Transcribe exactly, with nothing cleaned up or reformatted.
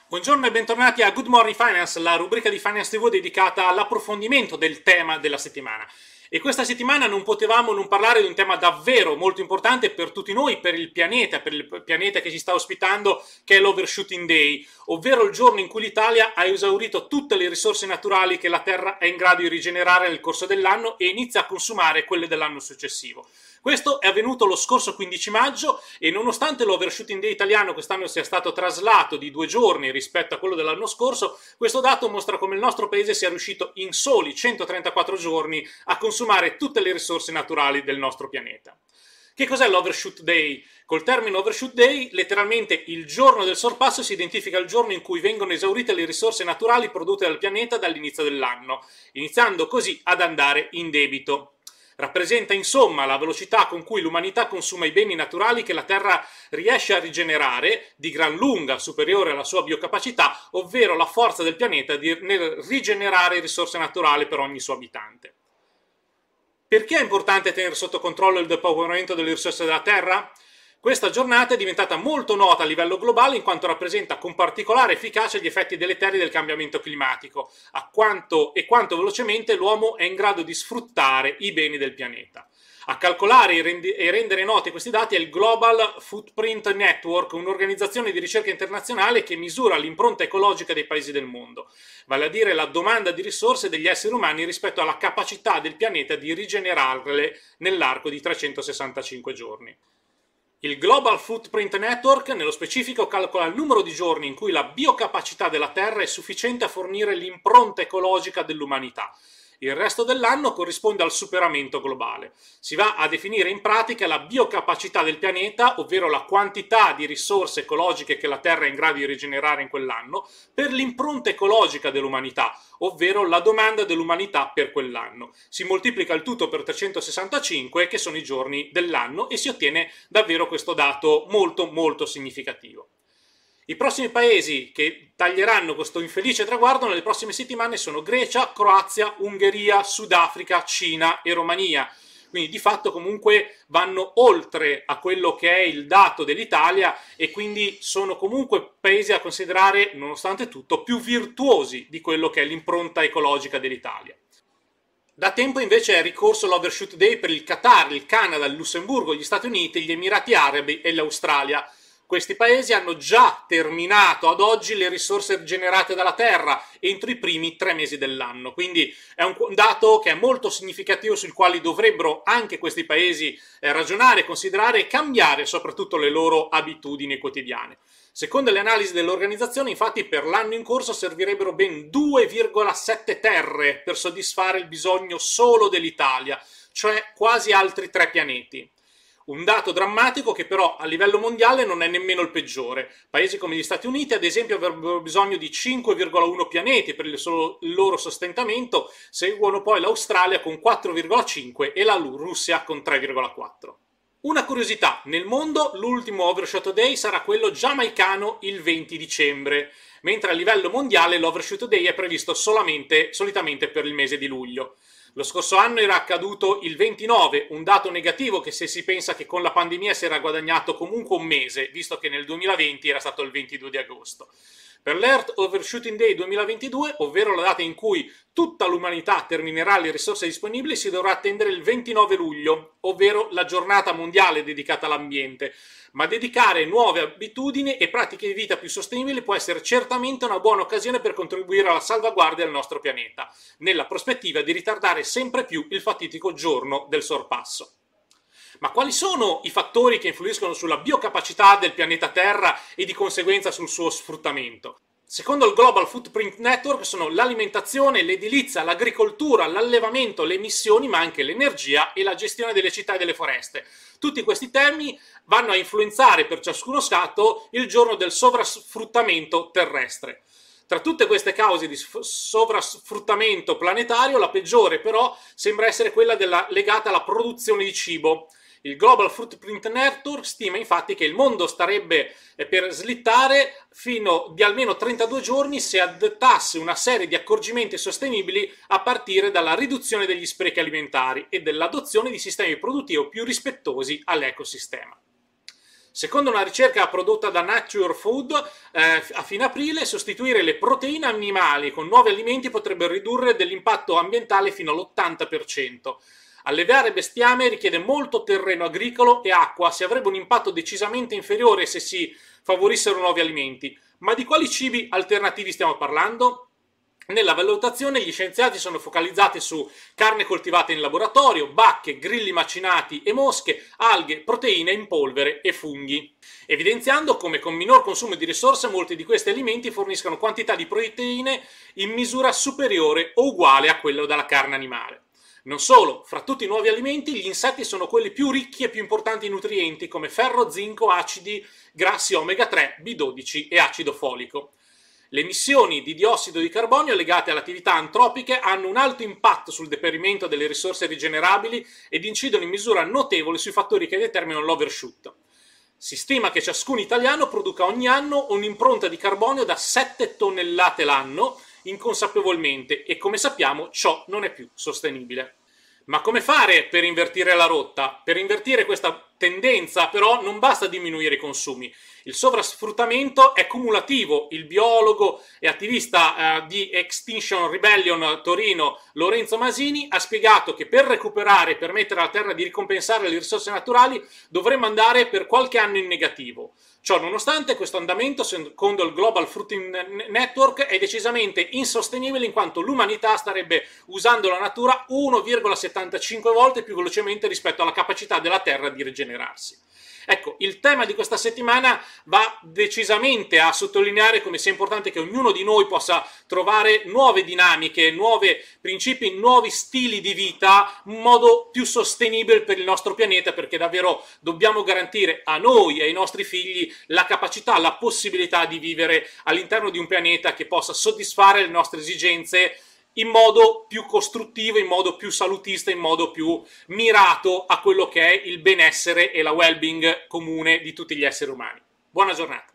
Buongiorno e bentornati a Good Morning Finance, la rubrica di Finance T V dedicata all'approfondimento del tema della settimana. E questa settimana non potevamo non parlare di un tema davvero molto importante per tutti noi, per il pianeta, per il pianeta che ci sta ospitando, che è l'Overshooting Day, ovvero il giorno in cui l'Italia ha esaurito tutte le risorse naturali che la Terra è in grado di rigenerare nel corso dell'anno e inizia a consumare quelle dell'anno successivo. Questo è avvenuto lo scorso quindici maggio e nonostante l'Overshooting Day italiano quest'anno sia stato traslato di due giorni rispetto a quello dell'anno scorso, questo dato mostra come il nostro paese sia riuscito in soli centotrentaquattro giorni a consumare tutte le risorse naturali del nostro pianeta. Che cos'è l'Overshoot Day? Col termine Overshoot Day, letteralmente il giorno del sorpasso si identifica il giorno in cui vengono esaurite le risorse naturali prodotte dal pianeta dall'inizio dell'anno, iniziando così ad andare in debito. Rappresenta insomma la velocità con cui l'umanità consuma i beni naturali che la Terra riesce a rigenerare, di gran lunga superiore alla sua biocapacità, ovvero la forza del pianeta di, nel rigenerare risorse naturali per ogni suo abitante. Perché è importante tenere sotto controllo il depauperamento delle risorse della Terra? Questa giornata è diventata molto nota a livello globale in quanto rappresenta con particolare efficacia gli effetti deleteri del cambiamento climatico, a quanto e quanto velocemente l'uomo è in grado di sfruttare i beni del pianeta. A calcolare e rendere noti questi dati è il Global Footprint Network, un'organizzazione di ricerca internazionale che misura l'impronta ecologica dei paesi del mondo, vale a dire la domanda di risorse degli esseri umani rispetto alla capacità del pianeta di rigenerarle nell'arco di trecentosessantacinque giorni. Il Global Footprint Network, nello specifico, calcola il numero di giorni in cui la biocapacità della Terra è sufficiente a fornire l'impronta ecologica dell'umanità. Il resto dell'anno corrisponde al superamento globale. Si va a definire in pratica la biocapacità del pianeta, ovvero la quantità di risorse ecologiche che la Terra è in grado di rigenerare in quell'anno, per l'impronta ecologica dell'umanità, ovvero la domanda dell'umanità per quell'anno. Si moltiplica il tutto per trecentosessantacinque, che sono i giorni dell'anno, e si ottiene davvero questo dato molto molto significativo. I prossimi paesi che taglieranno questo infelice traguardo nelle prossime settimane sono Grecia, Croazia, Ungheria, Sudafrica, Cina e Romania. Quindi di fatto comunque vanno oltre a quello che è il dato dell'Italia e quindi sono comunque paesi a considerare, nonostante tutto, più virtuosi di quello che è l'impronta ecologica dell'Italia. Da tempo invece è ricorso l'Overshoot Day per il Qatar, il Canada, il Lussemburgo, gli Stati Uniti, gli Emirati Arabi e l'Australia. Questi paesi hanno già terminato ad oggi le risorse generate dalla Terra entro i primi tre mesi dell'anno, quindi è un dato che è molto significativo sul quale dovrebbero anche questi paesi eh, ragionare, considerare e cambiare soprattutto le loro abitudini quotidiane. Secondo le analisi dell'organizzazione, infatti, per l'anno in corso servirebbero ben due virgola sette terre per soddisfare il bisogno solo dell'Italia, cioè quasi altri tre pianeti. Un dato drammatico che però a livello mondiale non è nemmeno il peggiore. Paesi come gli Stati Uniti, ad esempio, avrebbero bisogno di cinque virgola uno pianeti per il, solo, il loro sostentamento, seguono poi l'Australia con quattro virgola cinque e la Russia con tre virgola quattro. Una curiosità, nel mondo l'ultimo Overshoot Day sarà quello giamaicano il venti dicembre, mentre a livello mondiale l'Overshoot Day è previsto solamente, solitamente per il mese di luglio. Lo scorso anno era accaduto il ventinove, un dato negativo che se si pensa che con la pandemia si era guadagnato comunque un mese, visto che nel duemilaventi era stato il ventidue di agosto. Per l'Earth Overshooting Day duemilaventidue, ovvero la data in cui tutta l'umanità terminerà le risorse disponibili, si dovrà attendere il ventinove luglio, ovvero la giornata mondiale dedicata all'ambiente. Ma dedicare nuove abitudini e pratiche di vita più sostenibili può essere certamente una buona occasione per contribuire alla salvaguardia del nostro pianeta, nella prospettiva di ritardare sempre più il fatidico giorno del sorpasso. Ma quali sono i fattori che influiscono sulla biocapacità del pianeta Terra e di conseguenza sul suo sfruttamento? Secondo il Global Footprint Network sono l'alimentazione, l'edilizia, l'agricoltura, l'allevamento, le emissioni, ma anche l'energia e la gestione delle città e delle foreste. Tutti questi temi vanno a influenzare per ciascuno Stato il giorno del sovrasfruttamento terrestre. Tra tutte queste cause di sovrasfruttamento planetario, la peggiore però sembra essere quella della, legata alla produzione di cibo. Il Global Footprint Network stima infatti che il mondo starebbe per slittare fino di almeno trentadue giorni se adottasse una serie di accorgimenti sostenibili a partire dalla riduzione degli sprechi alimentari e dell'adozione di sistemi produttivi più rispettosi all'ecosistema. Secondo una ricerca prodotta da Nature Food, eh, a fine aprile, sostituire le proteine animali con nuovi alimenti potrebbe ridurre dell'impatto ambientale fino all'ottanta per cento. Allevare bestiame richiede molto terreno agricolo e acqua, si avrebbe un impatto decisamente inferiore se si favorissero nuovi alimenti. Ma di quali cibi alternativi stiamo parlando? Nella valutazione gli scienziati sono focalizzati su carne coltivata in laboratorio, bacche, grilli macinati e mosche, alghe, proteine in polvere e funghi, evidenziando come con minor consumo di risorse molti di questi alimenti forniscono quantità di proteine in misura superiore o uguale a quello della carne animale. Non solo, fra tutti i nuovi alimenti gli insetti sono quelli più ricchi e più importanti in nutrienti come ferro, zinco, acidi grassi omega tre, B dodici e acido folico. Le emissioni di diossido di carbonio legate alle attività antropiche hanno un alto impatto sul deperimento delle risorse rigenerabili ed incidono in misura notevole sui fattori che determinano l'overshoot. Si stima che ciascun italiano produca ogni anno un'impronta di carbonio da sette tonnellate l'anno inconsapevolmente e, come sappiamo, ciò non è più sostenibile. Ma come fare per invertire la rotta? Per invertire questa tendenza, però, non basta diminuire i consumi. Il sovrasfruttamento è cumulativo. Il biologo e attivista eh, di Extinction Rebellion Torino, Lorenzo Masini, ha spiegato che per recuperare e permettere alla Terra di ricompensare le risorse naturali dovremmo andare per qualche anno in negativo. Ciò nonostante, questo andamento, secondo il Global Fruiting Network, è decisamente insostenibile in quanto l'umanità starebbe usando la natura uno virgola settantacinque volte più velocemente rispetto alla capacità della Terra di rigenerarsi. Ecco, il tema di questa settimana va decisamente a sottolineare come sia importante che ognuno di noi possa trovare nuove dinamiche, nuovi principi, nuovi stili di vita, un modo più sostenibile per il nostro pianeta, perché davvero dobbiamo garantire a noi e ai nostri figli la capacità, la possibilità di vivere all'interno di un pianeta che possa soddisfare le nostre esigenze in modo più costruttivo, in modo più salutista, in modo più mirato a quello che è il benessere e la well-being comune di tutti gli esseri umani. Buona giornata.